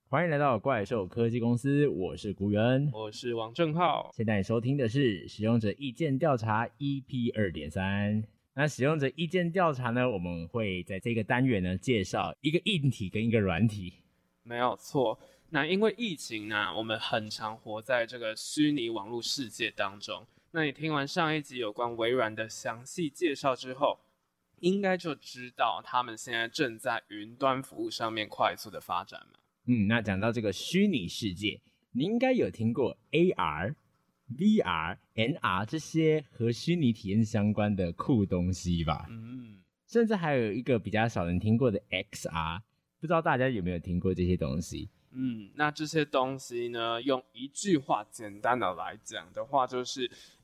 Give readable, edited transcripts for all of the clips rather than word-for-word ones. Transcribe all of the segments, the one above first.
欢迎来到怪兽科技公司，我是古元， 我是王正浩。 现在你收听的是使用者意见调查 EP 2.3。那使用者意见调查呢，我们会在这个单元呢介绍一个硬体跟一个软体。 没有错。那因为疫情呢，我们很常活在这个虚拟网络世界当中。那你听完上一集有关微软的详细介绍之后，应该就知道他们现在正在云端服务上面快速的发展嘛。 那讲到这个虚拟世界，你应该有听过 AR、VR、NR 这些和虚拟体验相关的酷东西吧？甚至还有一个比较少人听过的 XR， 不知道大家有没有听过这些东西？ 那这些东西呢，用一句话简单的来讲的话，就是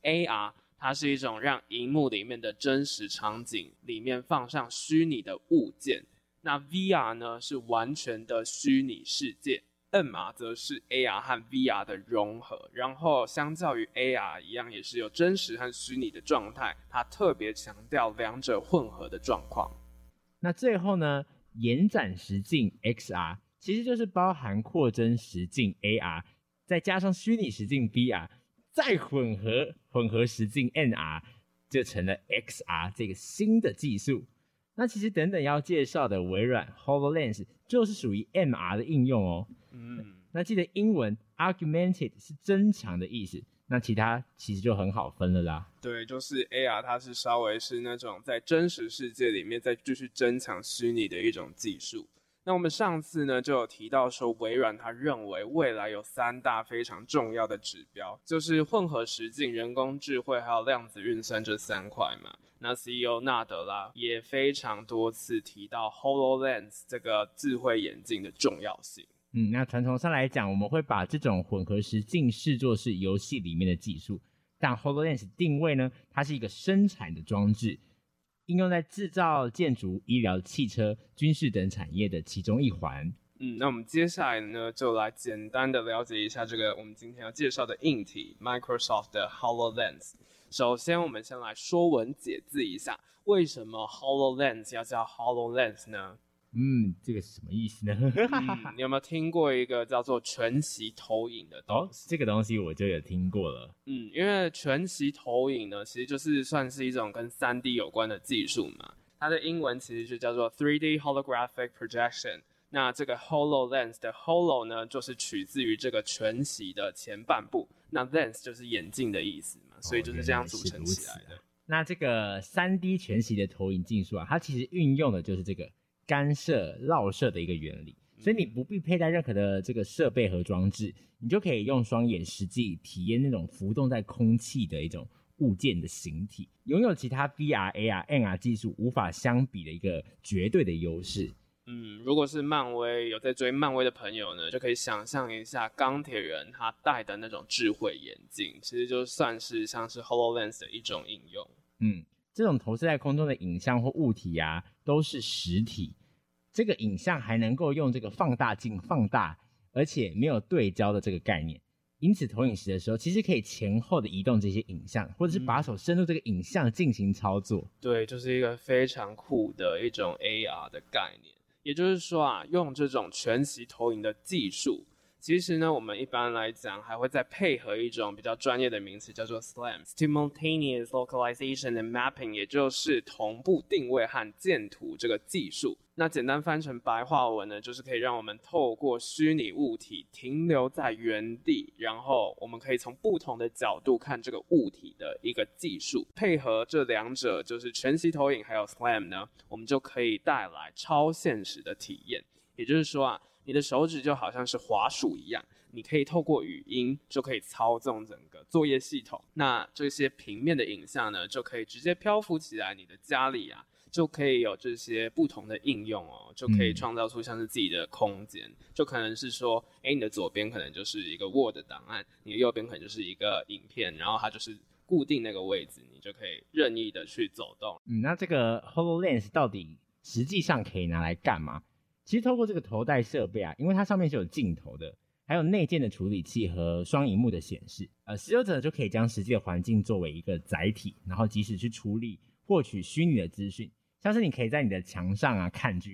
AR 它是一种让萤幕里面的真实场景里面放上虚拟的物件。那 VR 呢是完全的虚拟世界， MR 则是 AR 和 VR 的融合，然后相较于 AR 一样也是有真实和虚拟的状态，它特别强调两者混合的状况。 那最后呢，延展实境 XR 其实就是包含扩增实境 AR 再加上虚拟实境 VR 再混合实境 NR， 就成了 XR 这个新的技术。那其实等等要介绍的微软 HoloLens 就是属于 MR 的应用哦。那记得英文 augmented 是增强的意思，那其他其实就很好分了啦。 对，就是 AR 它是稍微是那种在真实世界里面再继续增强虚拟的一种技术。那我们上次呢就有提到说，微软它认为未来有3大非常重要的指标，就是混合实境、人工智慧还有量子运算这3块嘛。那 CEO 纳德拉也非常多次提到 HoloLens 这个智慧眼镜的重要性。 那传统上来讲，我们会把这种混合实境视作是游戏里面的技术，但 HoloLens 定位呢，它是一个生产的装置，应用在制造、建筑、医疗、汽车、军事等产业的其中一环。 那我们接下来呢，就来简单的了解一下这个我们今天要介绍的硬体 Microsoft 的 HoloLens。首先我们先来说文解字一下，为什么 HoloLens 要叫 HoloLens 呢？ 这个是什么意思呢？ 你有没有听过一个叫做全息投影的东西？ 这个东西我就有听过了。 因为全息投影呢，其实就是算是一种跟 3D 有关的技术嘛。它的英文其实就叫做 3D Holographic Projection。那这个 HoloLens 的 Holo 呢，就是取自于这个全息的前半部，那 Lens 就是眼镜的意思嘛，所以就是这样组成起来的。 那这个 3D 全息的投影技术啊，它其实运用的就是这个干涉绕射的一个原理，所以你不必佩戴任何的这个设备和装置，你就可以用双眼实际体验那种浮动在空气的一种物件的形体，拥有其他 VR、AR、NR 技术无法相比的一个绝对的优势。 如果是漫威有在追漫威的朋友呢，就可以想象一下钢铁人他戴的那种智慧眼镜，其实就算是像是 HoloLens 的一种应用。 这种投射在空中的影像或物体啊，都是实体。这个影像还能够用这个放大镜放大，而且没有对焦的这个概念。因此投影时的时候，其实可以前后的移动这些影像，或者是把手伸入这个影像进行操作。 对，就是一个非常酷的一种 AR 的概念。也就是说啊，用这种全息投影的技术，其实呢，我们一般来讲还会再配合一种比较专业的名词，叫做 SLAM Simultaneous Localization and Mapping， 也就是同步定位和建图这个技术。那简单翻成白话文呢，就是可以让我们透过虚拟物体停留在原地，然后我们可以从不同的角度看这个物体的一个技术。配合这两者，就是全息投影还有 SLAM 呢，我们就可以带来超现实的体验。也就是说啊，你的手指就好像是滑鼠一样，你可以透过语音就可以操纵整个作业系统。那这些平面的影像呢，就可以直接漂浮起来，你的家里啊就可以有这些不同的应用哦，就可以创造出像是自己的空间。就可能是说，你的左边可能就是一个 Word 档案，你的右边可能就是一个影片，然后它就是固定那个位置，你就可以任意的去走动。 那这个 HoloLens 到底实际上可以拿来干嘛？其实透过这个头戴设备啊，因为它上面是有镜头的，还有内建的处理器和双萤幕的显示，使用者就可以将实际的环境作为一个载体，然后即时去处理获取虚拟的资讯，像是你可以在你的墙上啊看剧，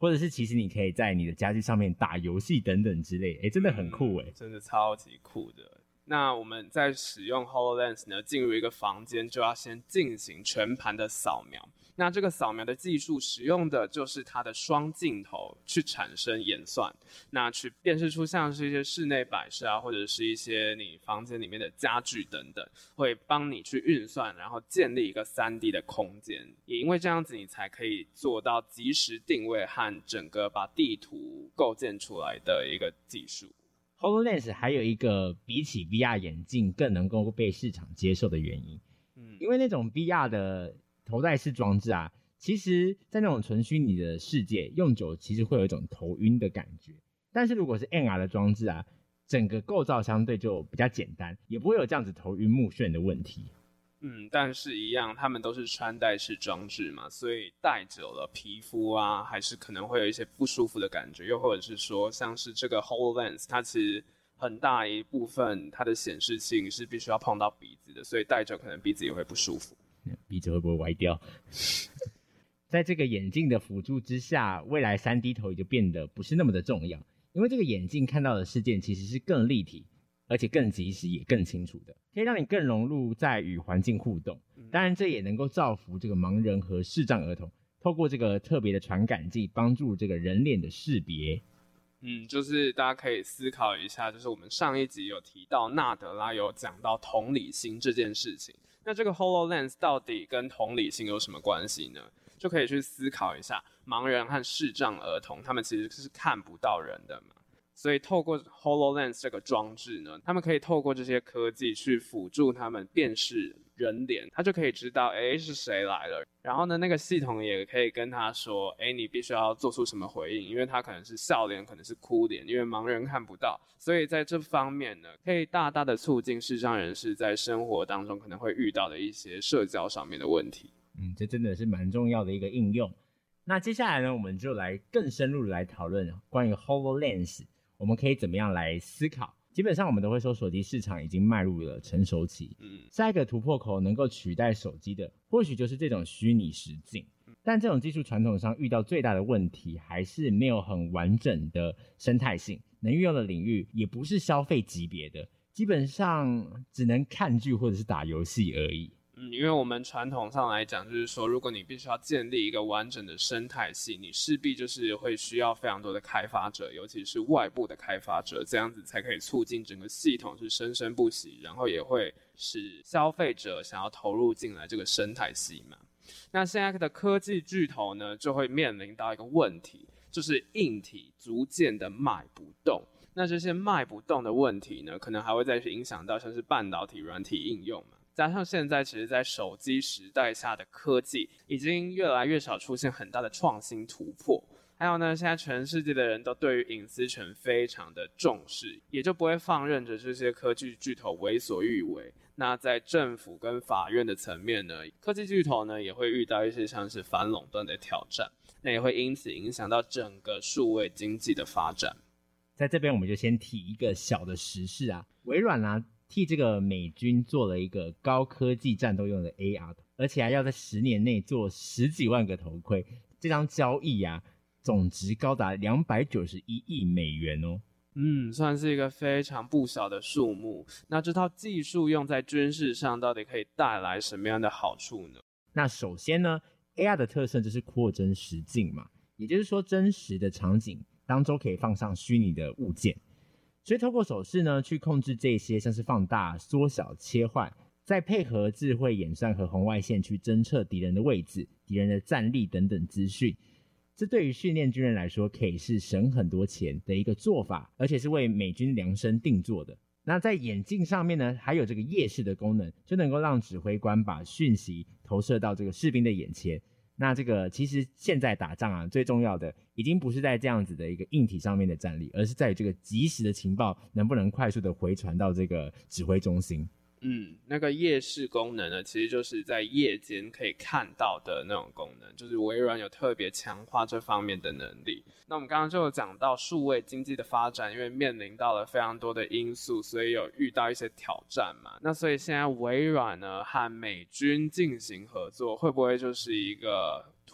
或者是其实你可以在你的家具上面打游戏等等之类，真的很酷真的超级酷的。那我们在使用 HoloLens 呢，进入一个房间就要先进行全盘的扫描。那这个扫描的技术使用的就是它的双镜头去产生演算，那去辨识出像是一些室内摆设啊，或者是一些你房间里面的家具等等，会帮你去运算，然后建立一个 3D 的空间。也因为这样子，你才可以做到即时定位和整个把地图构建出来的一个技术。 HoloLens 还有一个比起 VR 眼镜更能够被市场接受的原因，因为那种 VR 的头戴式装置啊，其实在那种纯虚拟的世界用久其实会有一种头晕的感觉，但是如果是 NR 的装置啊，整个构造相对就比较简单，也不会有这样子头晕目眩的问题。 但是一样，他们都是穿戴式装置嘛，所以戴久了皮肤啊，还是可能会有一些不舒服的感觉，又或者是说，像是这个 HoloLens， 它其实很大一部分它的显示器是必须要碰到鼻子的，所以戴着可能鼻子也会不舒服。 鼻子会不会歪掉？在这个眼镜的辅助之下，未来 3D 投影就变得不是那么的重要，因为这个眼镜看到的事件其实是更立体，而且更及时也更清楚的，可以让你更融入在与环境互动。当然这也能够造福这个盲人和视障儿童，透过这个特别的传感器帮助这个人脸的识别。 就是大家可以思考一下，就是我们上一集有提到纳德拉有讲到同理心这件事情，那这个 HoloLens 到底跟同理心有什么关系呢？就可以去思考一下，盲人和视障儿童他们其实是看不到人的嘛，所以透过 HoloLens 这个装置呢，他们可以透过这些科技去辅助他们辨识人脸，他就可以知道是谁来了，然后呢那个系统也可以跟他说你必须要做出什么回应，因为他可能是笑脸，可能是哭脸，因为盲人看不到，所以在这方面呢，可以大大的促进视障人士在生活当中可能会遇到的一些社交上面的问题。 这真的是蛮重要的一个应用。那接下来呢，我们就来更深入的来讨论关于 HoloLens 我们可以怎么样来思考。基本上我们都会说手机市场已经迈入了成熟期，下一个突破口能够取代手机的或许就是这种虚拟实境，但这种技术传统上遇到最大的问题还是没有很完整的生态性，能运用的领域也不是消费级别的，基本上只能看剧或者是打游戏而已。 因为我们传统上来讲，就是说，如果你必须要建立一个完整的生态系，你势必就是会需要非常多的开发者，尤其是外部的开发者，这样子才可以促进整个系统是生生不息，然后也会使消费者想要投入进来这个生态系嘛。那现在的科技巨头呢，就会面临到一个问题，就是硬体逐渐的卖不动。那这些卖不动的问题呢，可能还会再去影响到像是半导体、软体应用嘛。加上现在其实在手机时代下的科技已经越来越少出现很大的创新突破，还有呢，现在全世界的人都对于隐私权非常的重视，也就不会放任着这些科技巨头为所欲为。那在政府跟法院的层面呢，科技巨头呢也会遇到一些像是反垄断的挑战，那也会因此影响到整个数位经济的发展。 在这边我们就先提一个小的时事啊，微软啊替这个美军做了一个高科技战斗用的 AR， 而且要在10年内做10几万个头盔，这张交易啊总值高达291亿美元哦。 算是一个非常不小的数目。那这套技术用在军事上到底可以带来什么样的好处呢？ 那首先呢 AR 的特色就是扩增实境嘛，也就是说真实的场景当中可以放上虚拟的物件，所以透过手势呢去控制这些像是放大、缩小、切换，再配合智慧演算和红外线去侦测敌人的位置、敌人的战力等等资讯，这对于训练军人来说可以是省很多钱的一个做法，而且是为美军量身定做的。那在眼镜上面呢，还有这个夜视的功能，就能够让指挥官把讯息投射到这个士兵的眼前。那这个其实现在打仗啊，最重要的已经不是在这样子的一个硬体上面的战力，而是在于这个即时的情报能不能快速的回传到这个指挥中心。 那个夜视功能呢，其实就是在夜间可以看到的那种功能，就是微软有特别强化这方面的能力。那我们刚刚就有讲到数位经济的发展，因为面临到了非常多的因素，所以有遇到一些挑战嘛。那所以现在微软呢和美军进行合作，会不会就是一个突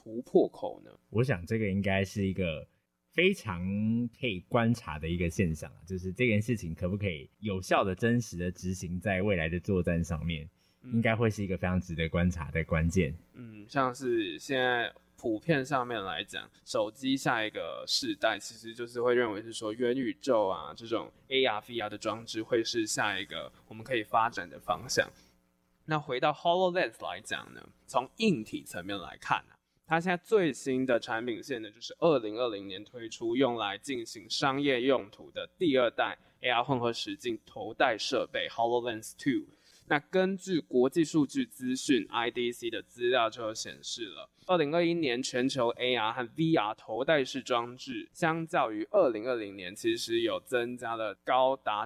突破口呢？ 我想这个应该是一个非常可以观察的一个现象，就是这件事情可不可以有效的真实的执行在未来的作战上面，应该会是一个非常值得观察的关键。 像是现在普遍上面来讲，手机下一个世代其实就是会认为是说元宇宙啊这种 AR、VR 的装置会是下一个我们可以发展的方向。那回到 HoloLens 来讲呢，从硬体层面来看啊，它现在最新的产品线呢，就是2020年推出用来进行商业用途的第2代 AR 混合实境头戴设备 HoloLens 2。那根据国际数据资讯 IDC 的资料就显示了，2021年全球 AR 和 VR 头戴式装置相较于2020年其实有增加了高达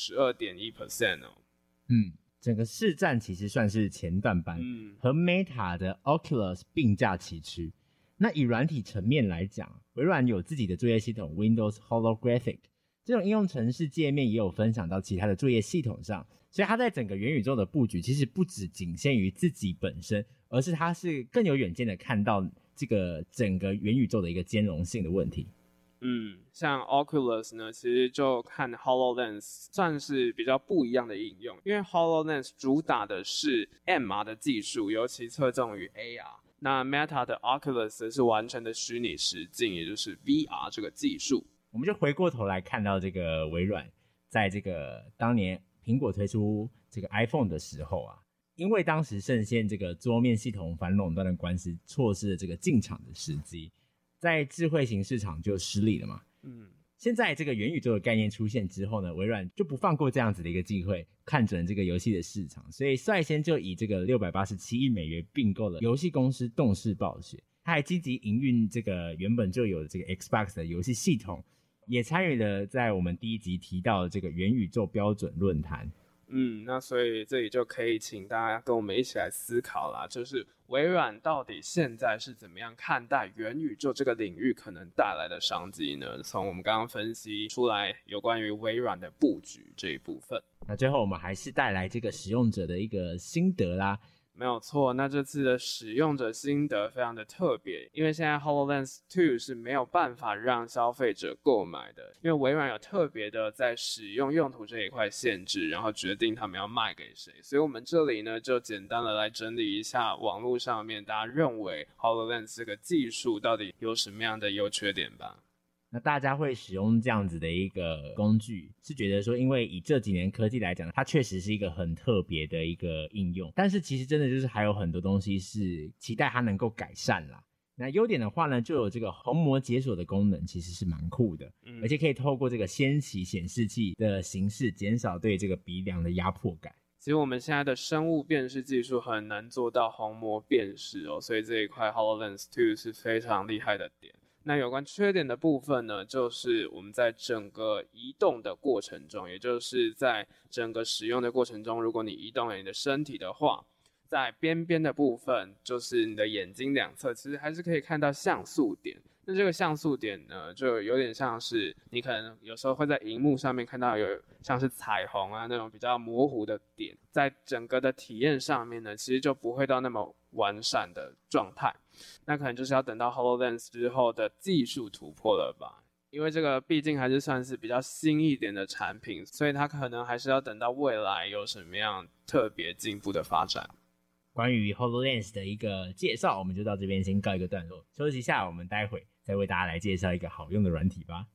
92.1% 哦。 整个市占其实算是前段班，和 Meta 的 Oculus 并驾齐驱。那以软体层面来讲，微软有自己的作业系统 Windows Holographic， 这种应用程式界面也有分享到其他的作业系统上，所以它在整个元宇宙的布局其实不只仅限于自己本身，而是它是更有远见的看到这个整个元宇宙的一个兼容性的问题。 像 Oculus 呢，其实就看 HoloLens 算是比较不一样的应用，因为 HoloLens 主打的是 MR 的技术，尤其侧重于 AR。那 Meta 的 Oculus 是完全的虚拟实境，也就是 VR 这个技术。 我们就回过头来看到这个微软在这个当年苹果推出这个 iPhone 的时候啊，因为当时深陷这个桌面系统反垄断的官司，错失了这个进场的时机，在智慧型市场就失利了嘛。现在这个元宇宙的概念出现之后呢，微软就不放过这样子的一个机会，看准这个游戏的市场，所以率先就以这个$687亿并购了游戏公司动视暴雪。他还积极营运这个原本就有这个 Xbox 的游戏系统，也参与了在我们第一集提到的这个元宇宙标准论坛。 那所以这里就可以请大家跟我们一起来思考啦，就是微软到底现在是怎么样看待元宇宙这个领域可能带来的商机呢？从我们刚刚分析出来有关于微软的布局这一部分， 那最后我们还是带来这个使用者的一个心得啦。 没有错，那这次的使用者心得非常的特别，因为现在 HoloLens 2是没有办法让消费者购买的，因为微软有特别的在使用用途这一块限制，然后决定他们要卖给谁。所以我们这里呢就简单的来整理一下网络上面大家认为 HoloLens 这个技术到底有什么样的优缺点吧。 那大家会使用这样子的一个工具，是觉得说因为以这几年科技来讲，它确实是一个很特别的一个应用，但是其实真的就是还有很多东西是期待它能够改善啦。那优点的话呢，就有这个虹膜解锁的功能，其实是蛮酷的，而且可以透过这个氙气显示器的形式减少对这个鼻梁的压迫感。 其实我们现在的生物辨识技术很难做到虹膜辨识哦，所以这一块 HoloLens 2是非常厉害的点。那有关缺点的部分呢，就是我们在整个移动的过程中，也就是在整个使用的过程中，如果你移动了你的身体的话，在边边的部分，就是你的眼睛两侧，其实还是可以看到像素点。那这个像素点呢，就有点像是你可能有时候会在荧幕上面看到有像是彩虹啊那种比较模糊的点，在整个的体验上面呢，其实就不会到那么完善的状态。那可能就是要等到 HoloLens 之后的技术突破了吧，因为这个毕竟还是算是比较新一点的产品，所以它可能还是要等到未来有什么样特别进步的发展。 关于 HoloLens 的一个介绍，我们就到这边先告一个段落，休息一下，我们待会再为大家来介绍一个好用的软体吧。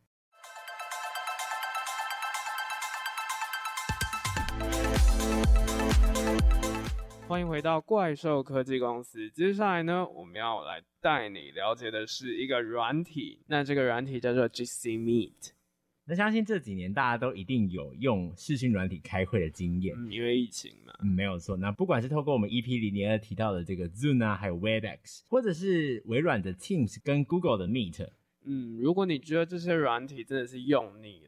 欢迎回到怪兽科技公司。接下来呢，我们要来带你了解的是一个软体，那这个软体叫做 GC Meet。 那相信这几年大家都一定有用视讯软体开会的经验， 因为疫情嘛。 没有错。那不管是透过我们 EP002 提到的这个 Zoom 啊，还有 Webex， 或者是微软的 Teams 跟 Google 的 Meet， 如果你觉得这些软体真的是用腻了，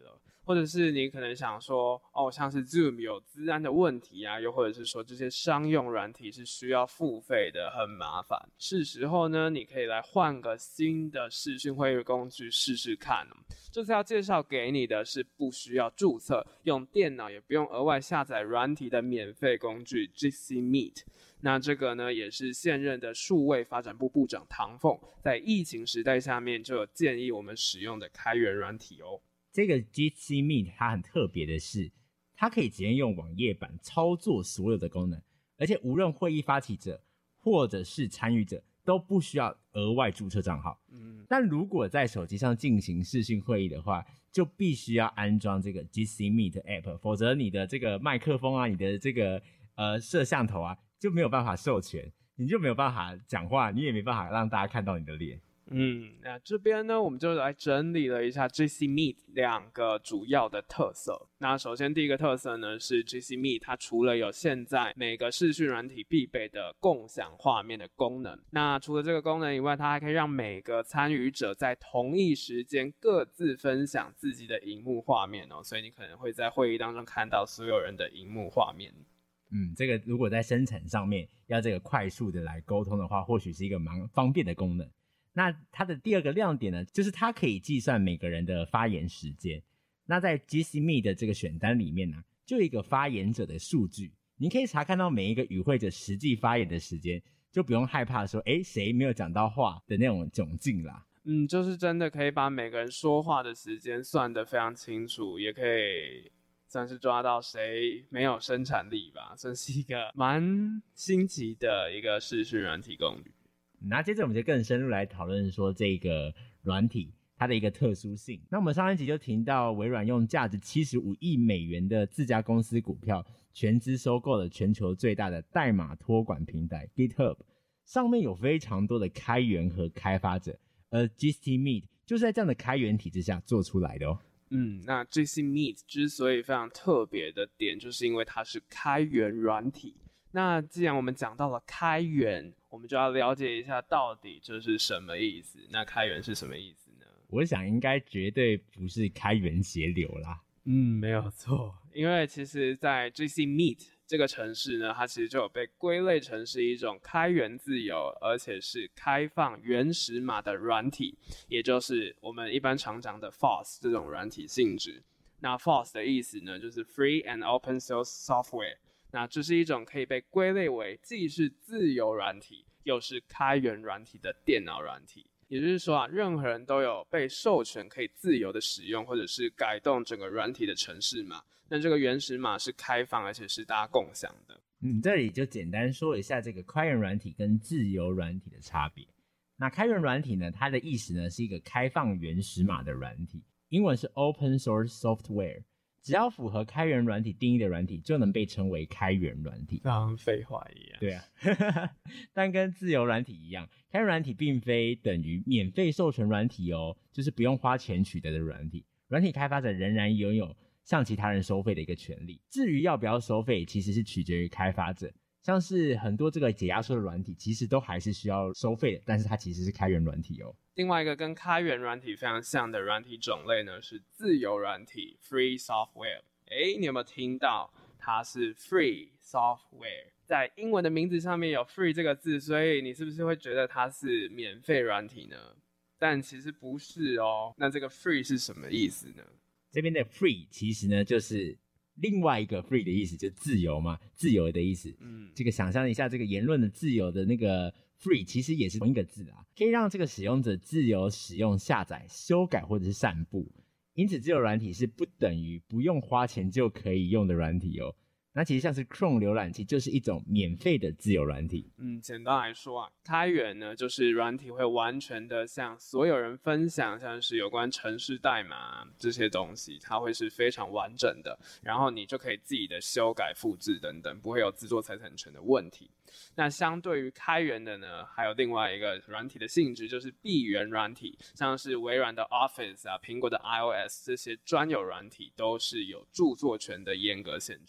或者是你可能想说，像是 Zoom 有资安的问题啊，又或者是说这些商用软体是需要付费的，很麻烦。是时候呢，你可以来换个新的视讯会议工具试试看。这次要介绍给你的是不需要注册，用电脑也不用额外下载软体的免费工具 GC Meet。那这个呢，也是现任的数位发展部部长唐凤在疫情时代下面就有建议我们使用的开源软体哦。 这个 GC Meet 它很特别的是，它可以直接用网页版操作所有的功能，而且无论会议发起者或者是参与者都不需要额外注册账号。但如果在手机上进行视讯会议的话，就必须要安装这个 GC Meet App， 否则你的这个麦克风啊，你的这个摄像头啊就没有办法授权，你就没有办法讲话，你也没办法让大家看到你的脸。 那这边呢，我们就来整理了一下 GC Meet 2个主要的特色。那首先第一个特色呢，是 GC Meet 它除了有现在每个视讯软体必备的共享画面的功能，那除了这个功能以外，它还可以让每个参与者在同一时间各自分享自己的荧幕画面哦，所以你可能会在会议当中看到所有人的荧幕画面。 这个如果在生产上面要这个快速的来沟通的话，或许是一个蛮方便的功能。那它的第二个亮点呢，就是它可以计算每个人的发言时间。那在 GC Meet 的这个选单里面呢，就有一个发言者的数据，你可以查看到每一个与会者实际发言的时间，就不用害怕说谁没有讲到话的那种窘境啦。 就是真的可以把每个人说话的时间算得非常清楚，也可以算是抓到谁没有生产力吧，算是一个蛮新奇的一个视讯软体工具。 那接着我们就更深入来讨论说这个软体它的一个特殊性。那我们上一集就提到微软用价值75亿美元的自家公司股票全资收购了全球最大的代码托管平台 GitHub， 上面有非常多的开源和开发者，而 GC Meet 就是在这样的开源体制下做出来的哦。 那 GC Meet 之所以非常特别的点，就是因为它是开源软体。那既然我们讲到了开源，我们就要了解一下到底这是什么意思。那开源是什么意思呢？ 我想应该绝对不是开源节流啦。 没有错，因为其实在 GC Meet 这个程式呢，它其实就有被归类成是一种开源自由，而且是开放原始码的软体，也就是我们一般常讲的 FOSS 这种软体性质。那 FOSS 的意思呢，就是 Free and Open Source Software。那这是一种可以被归类为既是自由软体又是开源软体的电脑软体。也就是说任何人都有被授权可以自由的使用或者是改动整个软体的程式码。那这个原始码是开放而且是大家共享的。 这里就简单说一下这个开源软体跟自由软体的差别。那开源软体呢，它的意思呢是一个开放原始码的软体，英文是 Open Source Software。只要符合开源软体定义的软体就能被称为开源软体， 像废话一样。 对啊但跟自由软体一样，开源软体并非等于免费授权软体哦，就是不用花钱取得的软体。软体开发者仍然拥有向其他人收费的一个权利，至于要不要收费其实是取决于开发者。像是很多这个解压缩的软体其实都还是需要收费的，但是它其实是开源软体哦。 另外一个跟开源软体非常像的软体种类呢，是自由软体 Free Software。你有没有听到它是 Free Software？ 在英文的名字上面有 Free 这个字，所以你是不是会觉得它是免费软体呢？但其实不是哦。那这个 Free 是什么意思呢？ 这边的 Free 其实呢就是另外一个 free 的意思，就自由嘛，自由的意思。这个想象一下，这个言论的自由的那个 free 其实也是同一个字啊，可以让这个使用者自由使用、下载、修改或者是散布。因此自由软体是不等于不用花钱就可以用的软体哦。那其实像是 Chrome 浏览器就是一种免费的自由软体。 简单来说开源呢就是软体会完全的向所有人分享，像是有关程式代码这些东西，它会是非常完整的，然后你就可以自己的修改、复制等等，不会有制作财产权的问题。那相对于开源的呢，还有另外一个软体的性质，就是闭源软体，像是微软的 Office 苹果的 iOS 这些专有软体都是有著作权的严格限制的。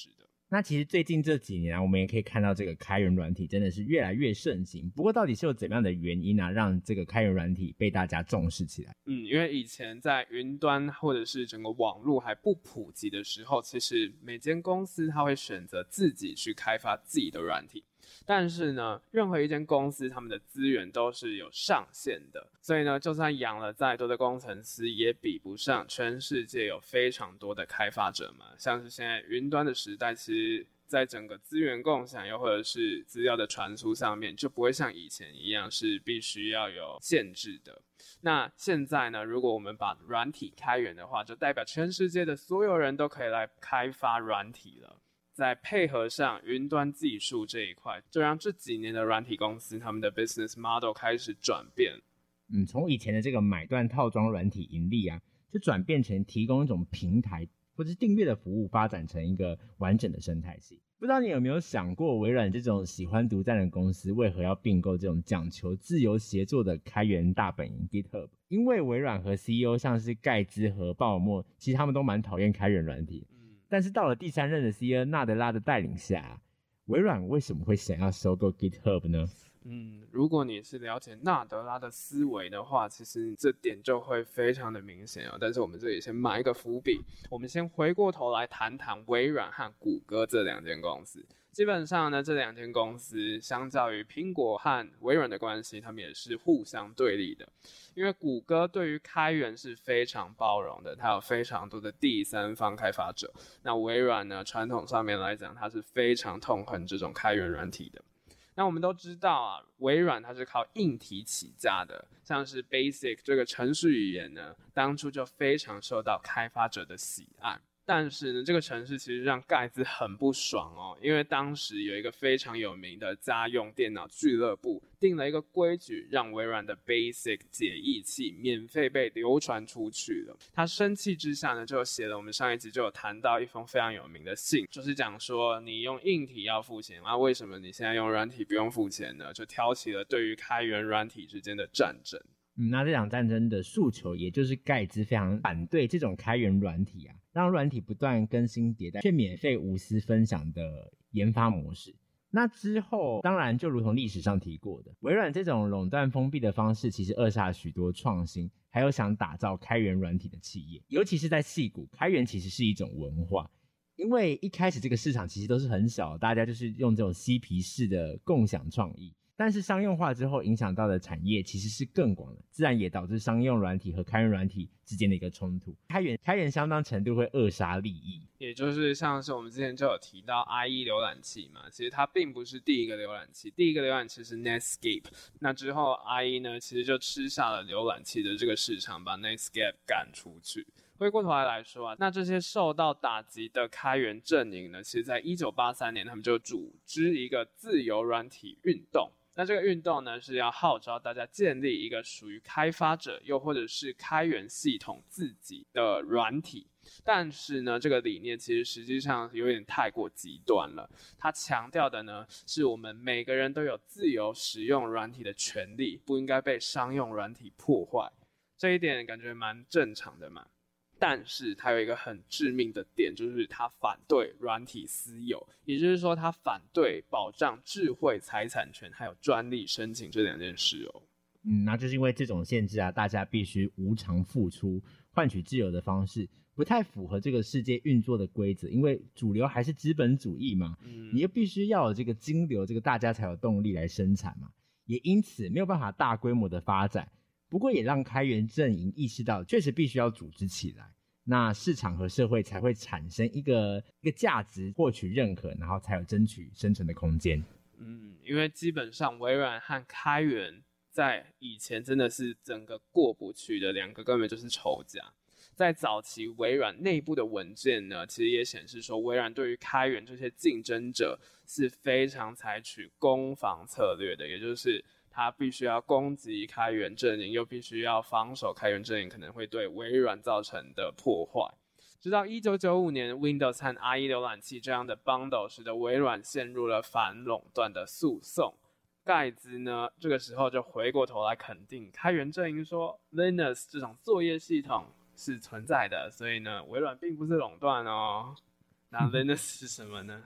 那其实最近这几年我们也可以看到这个开源软体真的是越来越盛行。不过到底是有怎么样的原因让这个开源软体被大家重视起来？ 因为以前在云端或者是整个网络还不普及的时候，其实每间公司它会选择自己去开发自己的软体。但是呢，任何一间公司他们的资源都是有上限的，所以呢，就算养了再多的工程师，也比不上全世界有非常多的开发者嘛。像是现在云端的时代，其实在整个资源共享又或者是资料的传输上面，就不会像以前一样是必须要有限制的。那现在呢，如果我们把软体开源的话，就代表全世界的所有人都可以来开发软体了。再配合上云端技术这一块，就让这几年的软体公司他们的 business model 开始转变。 从以前的这个买断套装软体盈利就转变成提供一种平台或者是订阅的服务，发展成一个完整的生态系。不知道你有没有想过，微软这种喜欢独占的公司，为何要并购这种讲求自由协作的开源大本营 GitHub？ 因为微软和 CEO 像是盖茨和鲍尔默，其实他们都蛮讨厌开源软体。但是到了第3任的 CEO 纳德拉的带领下，微软为什么会想要收购 GitHub 呢？ 如果你是了解纳德拉的思维的话，其实这点就会非常的明显但是我们这里先埋一个伏笔，我们先回过头来谈谈微软和谷歌这2间公司。基本上呢，这2间公司相较于苹果和微软的关系，他们也是互相对立的。因为谷歌对于开源是非常包容的，它有非常多的第三方开发者。那微软呢，传统上面来讲，它是非常痛恨这种开源软体的。那我们都知道微软它是靠硬体起家的，像是 Basic 这个程式语言呢，当初就非常受到开发者的喜爱。但是呢，这个程式其实让盖茨很不爽因为当时有一个非常有名的家用电脑俱乐部定了一个规矩，让微软的 Basic 解译器免费被流传出去了。他生气之下呢，就写了我们上一集就有谈到一封非常有名的信，就是讲说你用硬体要付钱为什么你现在用软体不用付钱呢？就挑起了对于开源软体之间的战争。 那这场战争的诉求，也就是盖茨非常反对这种开源软体让软体不断更新迭代却免费无私分享的研发模式。那之后当然就如同历史上提过的，微软这种垄断封闭的方式其实扼杀了许多创新还有想打造开源软体的企业。尤其是在矽谷，开源其实是一种文化，因为一开始这个市场其实都是很小，大家就是用这种嬉皮士的共享创意，但是商用化之后影响到的产业其实是更广的，自然也导致商用软体和开源软体之间的一个冲突。开源相当程度会扼杀利益， 也就是像是我们之前就有提到 IE 浏览器嘛，其实它并不是第一个浏览器，第一个浏览器是 Netscape， 那之后 IE 呢其实就吃下了浏览器的这个市场，把 Netscape 赶出去。回过头来说那这些受到打击的开源阵营呢，其实在1983年他们就组织一个自由软体运动。那这个运动呢，是要号召大家建立一个属于开发者又或者是开源系统自己的软体。但是呢，这个理念其实实际上有点太过极端了。它强调的呢，是我们每个人都有自由使用软体的权利，不应该被商用软体破坏。这一点感觉蛮正常的嘛。但是它有一个很致命的点，就是它反对软体私有，也就是说它反对保障智慧财产权还有专利申请这2件事那就是因为这种限制大家必须无偿付出换取自由的方式不太符合这个世界运作的规则，因为主流还是资本主义嘛，你又必须要有这个金流，这个大家才有动力来生产嘛，也因此没有办法大规模的发展。不过也让开源阵营意识到确实必须要组织起来，那市场和社会才会产生一个价值，获取认可，然后才有争取生存的空间。 因为基本上微软和开源在以前真的是整个过不去的2个根本就是仇家。在早期微软内部的文件呢，其实也显示说微软对于开源这些竞争者是非常采取攻防策略的，也就是他必须要攻击开源阵营，又必须要防守开源阵营可能会对微软造成的破坏。直到1995年 Windows 和 IE 浏览器这样的 bundle 使得微软陷入了反垄断的诉讼。盖茨呢，这个时候就回过头来肯定开源阵营说 Linux 这种作业系统是存在的，所以呢微软并不是垄断那 Linux 是什么呢？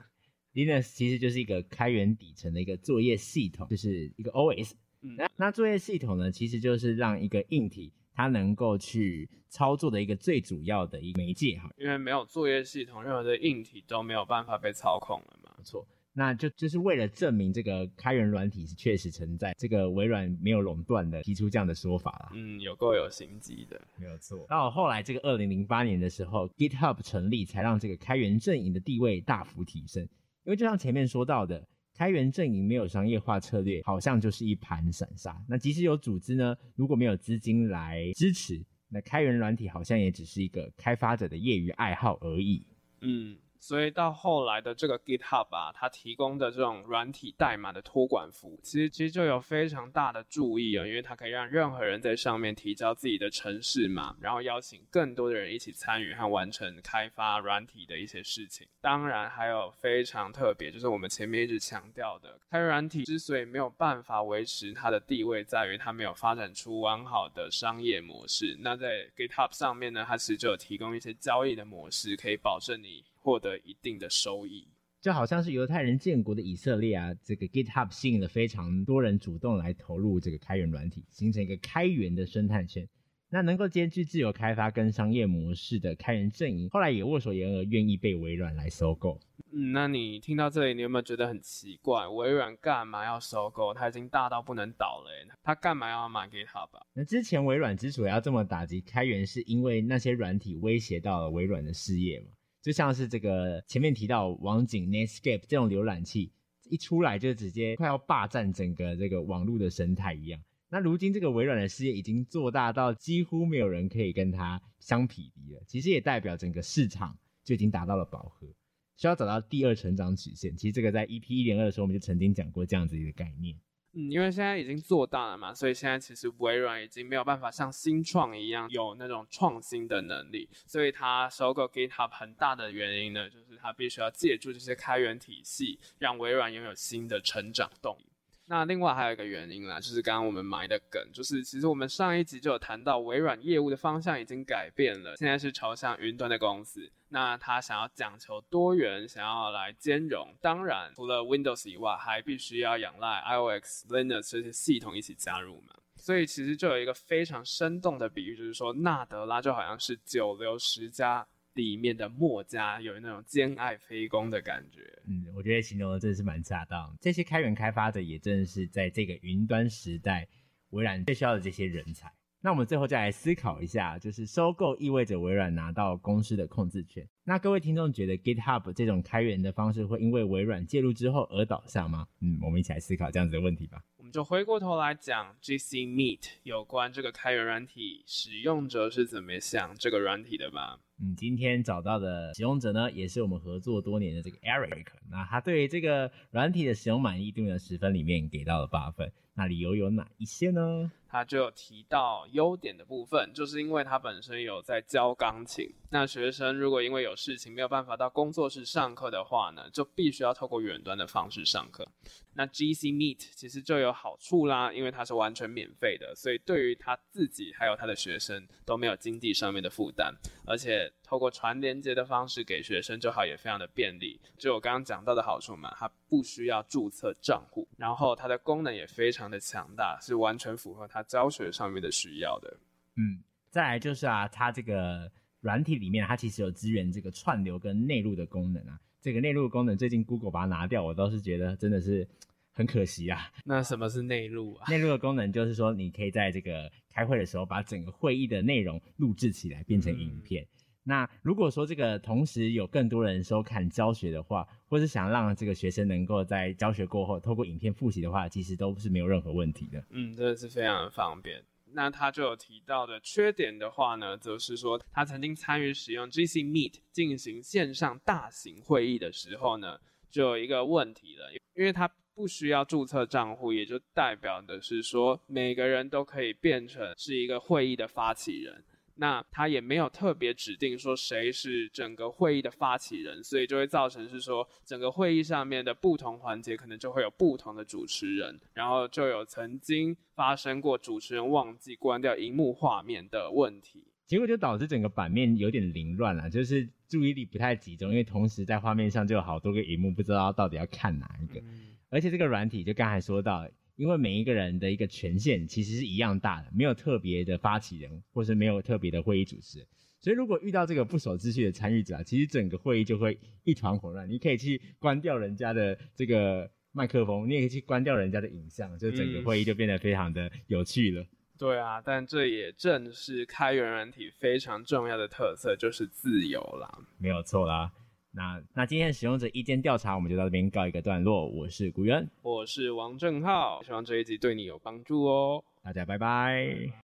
Linux 其实就是一个开源底层的一个作业系统，就是一个 OS。那作业系统呢，其实就是让一个硬体它能够去操作的一个最主要的一个媒介。 因为没有作业系统，任何的硬体都没有办法被操控了嘛。 没错。那就是为了证明这个开源软体是确实存在，这个微软没有垄断的提出这样的说法啦。 有够有心机的， 没有错。到后来这个2008年的时候 ，GitHub 成立，才让这个开源阵营的地位大幅提升。因为就像前面说到的，开源阵营没有商业化策略，好像就是一盘散沙。那即使有组织呢，如果没有资金来支持，那开源软体好像也只是一个开发者的业余爱好而已。 所以到后来的这个 GitHub 啊，它提供的这种软体代码的托管服务，其实就有非常大的注意因为它可以让任何人在上面提交自己的程式码，然后邀请更多的人一起参与和完成开发软体的一些事情。当然还有非常特别，就是我们前面一直强调的，开源软体之所以没有办法维持它的地位，在于它没有发展出完好的商业模式。那在 GitHub 上面呢，它其实就有提供一些交易的模式，可以保证你获得一定的收益。 就好像是犹太人建国的以色列啊，这个 GitHub 吸引了非常多人主动来投入这个开源软体，形成一个开源的生态圈。那能够兼具自由开发跟商业模式的开源阵营，后来也握手言和，愿意被微软来收购。 那你听到这里，你有没有觉得很奇怪？微软干嘛要收购？它已经大到不能倒了它干嘛要买 GitHub 啊？ 那之前微软之所以要这么打击开源，是因为那些软体威胁到了微软的事业嘛。就像是这个前面提到网景 Netscape 这种浏览器一出来就直接快要霸占整个这个网络的生态一样。那如今这个微软的事业已经做大到几乎没有人可以跟它相匹敌了，其实也代表整个市场就已经达到了饱和，需要找到第二成长曲线。其实这个在 EP102 的时候我们就曾经讲过这样子一个概念。 因为现在已经做大了嘛，所以现在其实微软已经没有办法像新创一样有那种创新的能力，所以它收购 GitHub 很大的原因呢，就是它必须要借助这些开源体系，让微软拥有新的成长动力。那另外还有一个原因啦，就是刚刚我们埋的梗，就是其实我们上一集就有谈到微软业务的方向已经改变了，现在是朝向云端的公司。那他想要讲求多元，想要来兼容，当然除了 Windows 以外，还必须要仰赖 iOS、Linux 这些系统一起加入嘛。所以其实就有一个非常生动的比喻，就是说纳德拉就好像是九流十家里面的墨家，有那种兼爱非攻的感觉。 我觉得形容的真的是蛮恰当。这些开源开发者也真的是在这个云端时代微软最需要的这些人才。那我们最后再来思考一下，就是收购意味着微软拿到公司的控制权。那各位听众觉得 GitHub 这种开源的方式会因为微软介入之后而倒下吗？我们一起来思考这样子的问题吧。 我们就回过头来讲 GC Meet 有关这个开源软体使用者是怎么想这个软体的吧。 今天找到的使用者呢，也是我们合作多年的这个 Eric。那他对于这个软体的使用满意度呢，10分里面给到了8分。那理由有哪一些呢？ 他就有提到优点的部分，就是因为他本身有在教钢琴，那学生如果因为有事情没有办法到工作室上课的话呢，就必须要透过远端的方式上课。那 GC Meet 其实就有好处啦，因为它是完全免费的，所以对于他自己还有他的学生都没有经济上面的负担，而且透过传连结的方式给学生就好，也非常的便利。就我刚刚讲到的好处嘛，它不需要注册账户，然后它的功能也非常的强大，是完全符合它教学上面的需要的。 再来就是它这个软体里面它其实有支援这个串流跟内录的功能啊。这个内录的功能最近 Google 把它拿掉，我倒是觉得真的是很可惜啊。 那什么是内录啊？ 内录的功能就是说你可以在这个开会的时候把整个会议的内容录制起来变成影片。那如果说这个同时有更多人收看教学的话，或是想让这个学生能够在教学过后透过影片复习的话，其实都是没有任何问题的。 真的是非常的方便。那他就有提到的缺点的话呢，则是说他曾经参与使用 GC Meet 进行线上大型会议的时候呢，就有一个问题了，因为他不需要注册账户，也就代表的是说每个人都可以变成是一个会议的发起人。那他也没有特别指定说谁是整个会议的发起人，所以就会造成是说整个会议上面的不同环节可能就会有不同的主持人，然后就有曾经发生过主持人忘记关掉荧幕画面的问题。 结果就导致整个版面有点凌乱啦，就是注意力不太集中，因为同时在画面上就有好多个萤幕，不知道到底要看哪一个。而且这个软体就刚才说到，因为每一个人的一个权限其实是一样大的，没有特别的发起人，或是没有特别的会议主持人，所以如果遇到这个不守秩序的参与者其实整个会议就会一团混乱。你可以去关掉人家的这个麦克风，你也可以去关掉人家的影像，就整个会议就变得非常的有趣了。 对啊，但这也正是开源软体非常重要的特色，就是自由啦。 没有错啦。那今天的使用者意见调查我们就到这边告一个段落。我是古元， 我是王正浩，希望这一集对你有帮助哦。 大家拜拜。